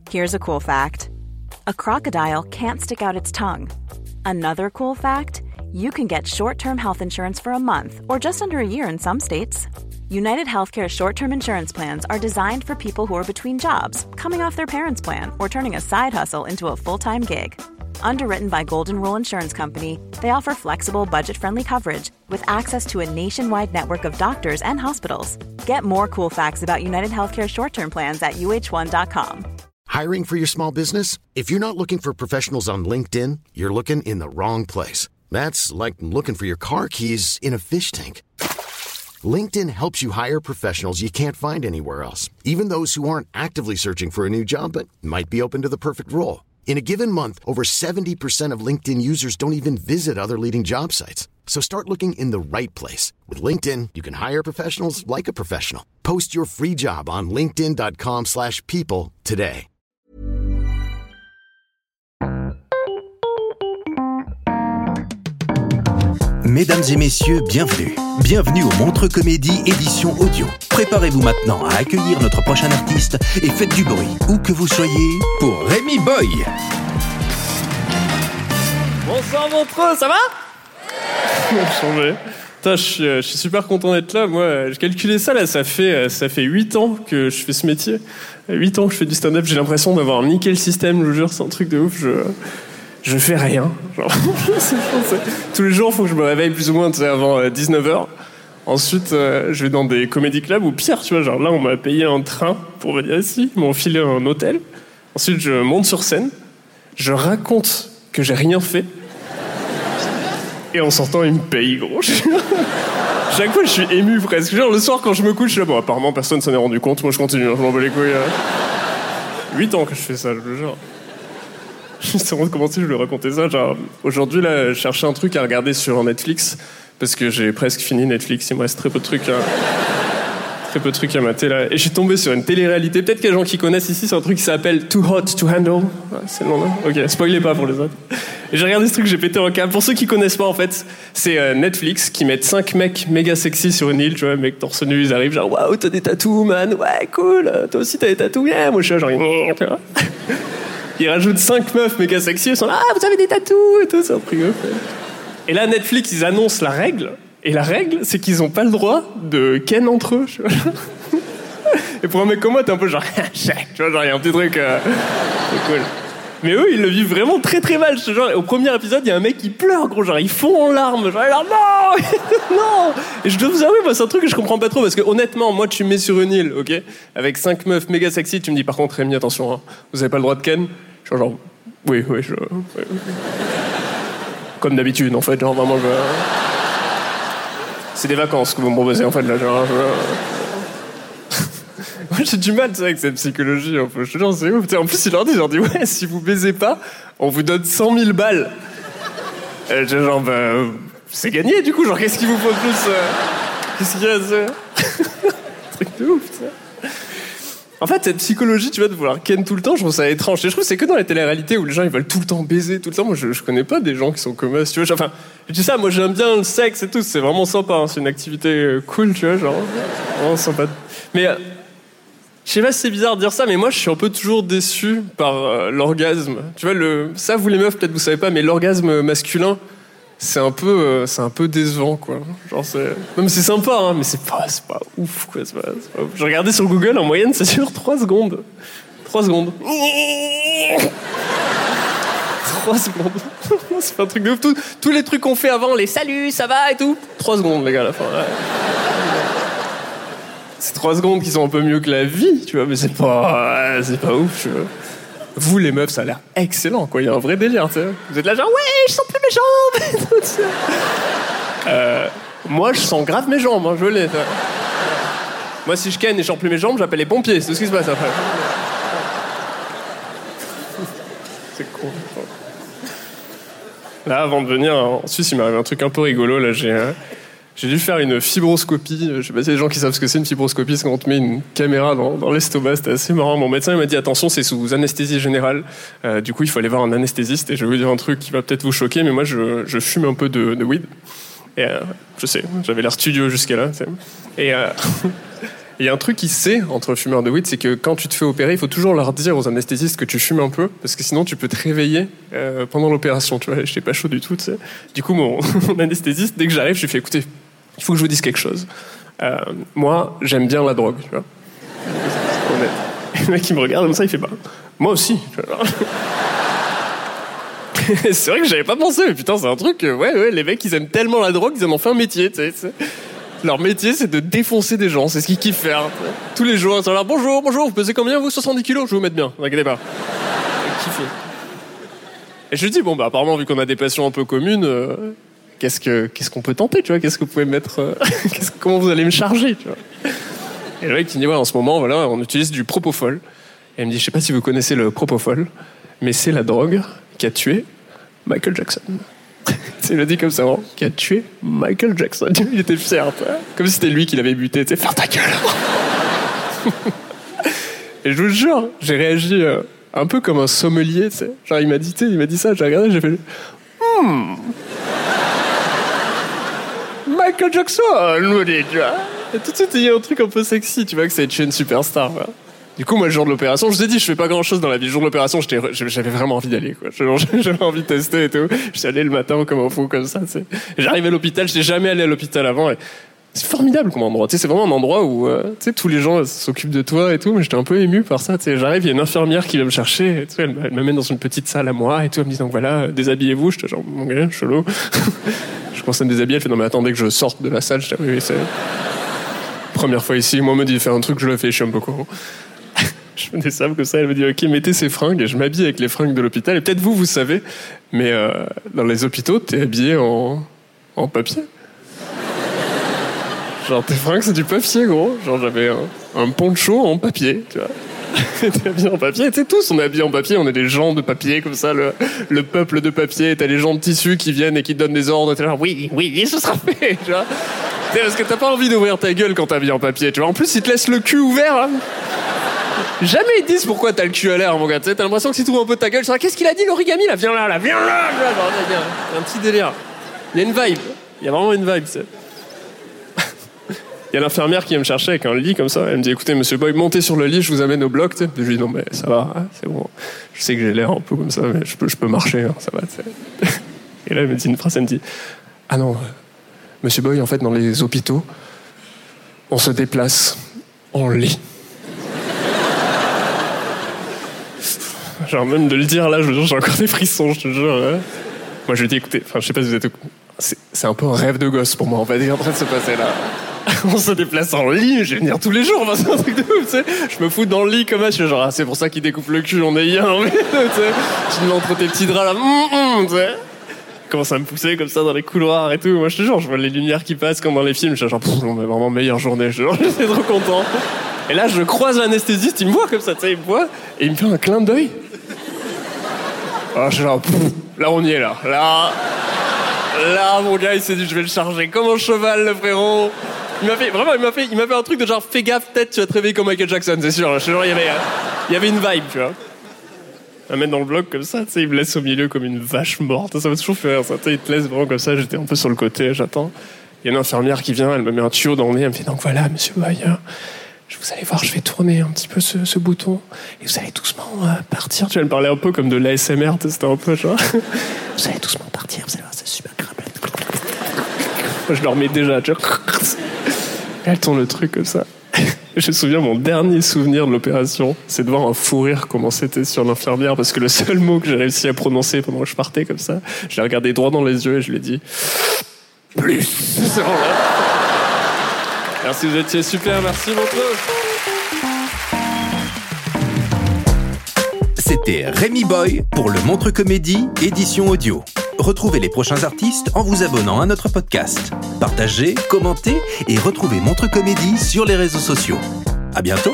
Here's a cool fact. A crocodile can't stick out its tongue. Another cool fact, you can get short-term health insurance for a month or just under a year in some states. United Healthcare short-term insurance plans are designed for people who are between jobs, coming off their parents' plan, or turning a side hustle into a full-time gig. Underwritten by Golden Rule Insurance Company, they offer flexible, budget-friendly coverage with access to a nationwide network of doctors and hospitals. Get more cool facts about United Healthcare short-term plans at uh1.com. Hiring for your small business? If you're not looking for professionals on LinkedIn, you're looking in the wrong place. That's like looking for your car keys in a fish tank. LinkedIn helps you hire professionals you can't find anywhere else, even those who aren't actively searching for a new job but might be open to the perfect role. In a given month, over 70% of LinkedIn users don't even visit other leading job sites. So start looking in the right place. With LinkedIn, you can hire professionals like a professional. Post your free job on linkedin.com/people today. Mesdames et messieurs, bienvenue. Bienvenue au Montreux Comédie édition audio. Préparez-vous maintenant à accueillir notre prochain artiste et faites du bruit, où que vous soyez, pour Rémi Boy. Bonsoir Montreux, ça va? Changé. Putain, je suis super content d'être là. Moi, j'ai calculé ça, là, ça fait 8 ans que je fais ce métier. 8 ans que je fais du stand-up, j'ai l'impression d'avoir niqué le système, je vous jure, c'est un truc de ouf. Je fais rien. Genre, tous les jours, il faut que je me réveille plus ou moins avant 19h. Ensuite, je vais dans des comédie clubs ou pire, tu vois. Genre là, on m'a payé un train pour venir ici. Ils m'ont filé un hôtel. Ensuite, je monte sur scène. Je raconte que j'ai rien fait. Et en sortant, ils me payent, gros. Chaque fois, je suis ému presque. Genre, le soir, quand je me couche, je suis là, bon, apparemment, personne s'en est rendu compte. Moi, je continue. Je m'en bats les couilles. 8 ans que je fais ça, je le jure. Je sais pas comment je vais raconter ça. Genre, aujourd'hui, là, je cherchais un truc à regarder sur Netflix parce que j'ai presque fini Netflix. Il me reste très peu de trucs à mater là. Et je suis tombé sur une télé-réalité. Peut-être qu'il y a des gens qui connaissent ici. C'est un truc qui s'appelle Too Hot to Handle. Ah, c'est le nom là. Ok, spoilez pas pour les autres. Et j'ai regardé ce truc, j'ai pété un câble. Pour ceux qui connaissent pas, en fait, c'est Netflix qui mettent 5 mecs méga sexy sur une île. Tu vois, mecs torse nu, ils arrivent genre waouh, t'as des tatous, man. Ouais, cool. Toi aussi, t'as des tatous. Yeah. Moi, je suis là, genre. Tu vois. Ils rajoutent 5 meufs méga sexy, ils sont là, ah, vous avez des tatous et tout, c'est un truc ouf. Et là, Netflix, ils annoncent la règle, et la règle, c'est qu'ils ont pas le droit de ken entre eux, tu vois. Et pour un mec comme moi, t'es un peu genre, tu vois, genre, il y a un petit truc, c'est cool. Mais eux, ils le vivent vraiment très très mal, genre, au premier épisode, il y a un mec qui pleure, gros, genre, il fond en larmes, genre, non, non. Et je dois vous avouer, moi, c'est un truc que je comprends pas trop, parce que honnêtement, moi, tu me mets sur une île, ok, avec 5 meufs méga sexy, tu me dis, par contre, Rémi, attention, hein, vous avez pas le droit de ken. Genre, oui, oui. Comme d'habitude, en fait, genre, vraiment, c'est des vacances que vous me proposez, en fait, là, genre. Moi, j'ai du mal, tu sais, avec cette psychologie, en fait. Je te jure, c'est ouf. En plus, il leur dit, ouais, si vous baisez pas, on vous donne 100 000 balles. Genre, bah, c'est gagné, du coup, genre, qu'est-ce qu'il vous faut de plus Qu'est-ce qu'il y a, truc de ouf, tu sais. En fait, cette psychologie, tu vois, de vouloir ken tout le temps, je trouve ça étrange. Et je trouve que c'est que dans les télé-réalités où les gens, ils veulent tout le temps baiser, tout le temps. Moi, je connais pas des gens qui sont comme ça, tu vois. Enfin, je dis ça, moi, j'aime bien le sexe et tout, c'est vraiment sympa, hein. C'est une activité cool, tu vois, genre, vraiment sympa. Mais, je sais pas si c'est bizarre de dire ça, mais moi, je suis un peu toujours déçu par l'orgasme. Tu vois, ça, vous les meufs, peut-être vous savez pas, mais l'orgasme masculin, c'est un peu décevant, quoi. Genre, même c'est sympa, hein, mais c'est pas ouf, quoi. C'est pas ouf. J'ai regardé sur Google, en moyenne, ça dure 3 secondes. 3 secondes. 3 secondes. C'est pas un truc de ouf. Tous les trucs qu'on fait avant, les salut, ça va et tout. 3 secondes, les gars, à la fin. Ouais. C'est 3 secondes qui sont un peu mieux que la vie, tu vois, mais c'est pas ouf, tu vois. Vous, les meufs, ça a l'air excellent, quoi. Il y a un vrai délire, tu sais. Vous êtes là, genre, ouais, je sens plus mes jambes. Moi, je sens grave mes jambes, hein, je l'ai. Moi, si je ken et je sens plus mes jambes, j'appelle les pompiers. C'est tout ce qui se passe après. C'est con. Là, avant de venir, en Suisse, il m'est arrivé un truc un peu rigolo. Là, j'ai dû faire une fibroscopie. Je sais pas si y a des gens qui savent ce que c'est une fibroscopie, c'est quand on te met une caméra dans l'estomac. C'était assez marrant. Mon médecin il m'a dit attention, c'est sous anesthésie générale. Du coup, il faut aller voir un anesthésiste. Et je vais vous dire un truc qui va peut-être vous choquer, mais moi, je fume un peu de weed. Et je sais, j'avais l'air studio jusqu'à là. Et Il y a un truc qui se sait entre fumeurs de weed, c'est que quand tu te fais opérer, il faut toujours leur dire aux anesthésistes que tu fumes un peu, parce que sinon tu peux te réveiller pendant l'opération. Tu vois, j'étais pas chaud du tout. Tu sais. Du coup, mon anesthésiste, dès que j'arrive, je lui fais écoutez, il faut que je vous dise quelque chose. Moi, j'aime bien la drogue. Tu vois. C'est honnête. Et le mec, il me regarde comme ça, il fait bah, moi aussi. Tu vois. C'est vrai que j'avais pas pensé, mais putain, c'est un truc. Ouais, les mecs, ils aiment tellement la drogue, ils en ont fait un métier. Tu sais. Leur métier, c'est de défoncer des gens. C'est ce qu'ils kiffent faire. Tous les jours, ils sont là. Bonjour, vous pesez combien, vous 70 kilos? Je vais vous mettre bien. Ne vous inquiétez pas. Kiffer. Et je lui dis, bon, bah, apparemment, vu qu'on a des passions un peu communes, qu'est-ce qu'on peut tenter, tu vois? Qu'est-ce que vous pouvez mettre, comment vous allez me charger, tu vois? Et le mec, il me dit, ouais, en ce moment, voilà, on utilise du propofol. Et il me dit, je sais pas si vous connaissez le propofol, mais c'est la drogue qui a tué Michael Jackson. Il l'a dit comme ça, hein, qui a tué Michael Jackson. Il était fier, comme si c'était lui qui l'avait buté. Tu sais, faire ta gueule. Et je vous jure, j'ai réagi un peu comme un sommelier. Tu sais. Genre, il m'a dit ça, j'ai regardé, j'ai fait Michael Jackson, nous dit, tu vois. Et tout de suite, il y a un truc un peu sexy, tu vois, que ça a tué une superstar. Quoi. Du coup, moi, le jour de l'opération, je vous ai dit, je fais pas grand chose dans la vie. Le jour de l'opération, j'avais vraiment envie d'aller, quoi. J'avais envie de tester et tout. Je suis allé le matin comme un fou, comme ça, tu sais. J'arrive à l'hôpital, j'étais jamais allé à l'hôpital avant. Et c'est formidable comme endroit. Tu sais, c'est vraiment un endroit où, tu sais, tous les gens s'occupent de toi et tout. Mais j'étais un peu ému par ça, tu sais. J'arrive, il y a une infirmière qui vient me chercher. Et tout, elle m'amène dans une petite salle à moi et tout. Elle me dit, donc voilà, déshabillez-vous. J'étais genre, mon gars, chelou. Je commence à me déshabiller. Elle fait, non, mais attendez que je sorte de la salle. J'étais, oui, c'est première fois ici. Moi, on me dit de faire un truc, je le fais, je suis un peu con. Je me descends comme ça, elle me dit ok, mettez ces fringues, et je m'habille avec les fringues de l'hôpital. Et peut-être vous savez, mais dans les hôpitaux, t'es habillé en papier. Genre tes fringues, c'est du papier, gros. Genre j'avais un poncho en papier, tu vois. T'es habillé en papier, tu sais, tous on est habillés en papier, on est des gens de papier comme ça, le peuple de papier. T'as les gens de tissu qui viennent et qui te donnent des ordres. T'es là, oui, ce sera fait, tu vois. Parce que t'as pas envie d'ouvrir ta gueule quand t'es habillé en papier, tu vois. En plus, ils te laissent le cul ouvert, hein. Jamais ils te disent pourquoi t'as le cul à l'air, mon gars. T'as l'impression que si tu ouvres un peu ta gueule, tu dis qu'est-ce qu'il a dit l'origami là? Viens là. Il y a un petit délire. Il y a une vibe. Il y a vraiment une vibe, tu sais. Il y a l'infirmière qui vient me chercher avec un lit comme ça. Elle me dit écoutez, monsieur Boy, montez sur le lit, je vous amène au bloc. Tu sais. Je lui dis non, mais ça va, hein, c'est bon. Je sais que j'ai l'air un peu comme ça, mais je peux marcher, hein, ça va. T'sais. Et là, elle me dit une phrase, elle me dit ah non, monsieur Boy, en fait, dans les hôpitaux, on se déplace en lit. Genre même de le dire là, j'ai encore des frissons, je te jure. Hein. Moi je lui dis écoutez, je sais pas si vous êtes c'est un peu un rêve de gosse pour moi, on va dire en train de se passer là. On se déplace en lit, je vais venir tous les jours, c'est un truc de ouf, tu sais. Je me fous dans le lit comme ça, je suis genre c'est pour ça qu'il découpe le cul en ayant, tu sais. Tu me mets entre tes petits draps là, tu sais. Commence à me pousser comme ça dans les couloirs et tout. Moi je te jure, je vois les lumières qui passent comme dans les films, je suis genre on est vraiment meilleure journée, j'étais trop content. Et là je croise l'anesthésiste, il me voit comme ça, tu sais, il me voit et il me fait un clin d'œil. Alors je suis genre, là on y est là, mon gars il s'est dit je vais le charger comme un cheval le frérot. Il m'a fait un truc de genre fais gaffe, peut-être tu vas te réveiller comme Michael Jackson, c'est sûr. Je suis genre il y avait une vibe, tu vois. Il me met dans le bloc comme ça, tu sais, il me laisse au milieu comme une vache morte, ça m'a toujours fait rire ça, tu sais, il te laisse vraiment comme ça, j'étais un peu sur le côté, j'attends. Il y a une infirmière qui vient, elle me met un tuyau dans le nez, elle me fait donc voilà monsieur Boy. Vous allez voir, je vais tourner un petit peu ce bouton et vous allez doucement partir. Tu vas me parler un peu comme de l'ASMR, c'était un peu genre. Vous allez doucement partir, vous allez voir, c'est super grave. Moi, je dormais déjà, tu vois. Et elle tourne le truc comme ça. Je me souviens, mon dernier souvenir de l'opération, c'est de voir un fou rire comment c'était sur l'infirmière parce que le seul mot que j'ai réussi à prononcer pendant que je partais comme ça, je l'ai regardé droit dans les yeux et je lui ai dit plus. C'est bon, là. Merci, vous étiez super, merci Montreux. C'était Rémi Boy pour le Montreux Comédie, édition audio. Retrouvez les prochains artistes en vous abonnant à notre podcast. Partagez, commentez et retrouvez Montreux Comédie sur les réseaux sociaux. À bientôt.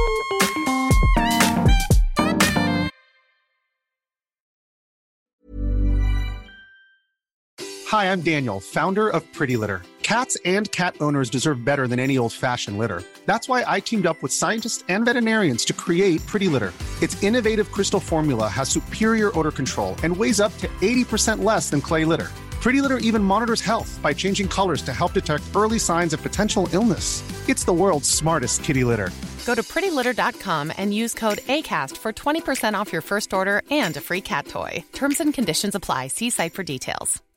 Hi, I'm Daniel, founder of Pretty Litter. Cats and cat owners deserve better than any old-fashioned litter. That's why I teamed up with scientists and veterinarians to create Pretty Litter. Its innovative crystal formula has superior odor control and weighs up to 80% less than clay litter. Pretty Litter even monitors health by changing colors to help detect early signs of potential illness. It's the world's smartest kitty litter. Go to prettylitter.com and use code ACAST for 20% off your first order and a free cat toy. Terms and conditions apply. See site for details.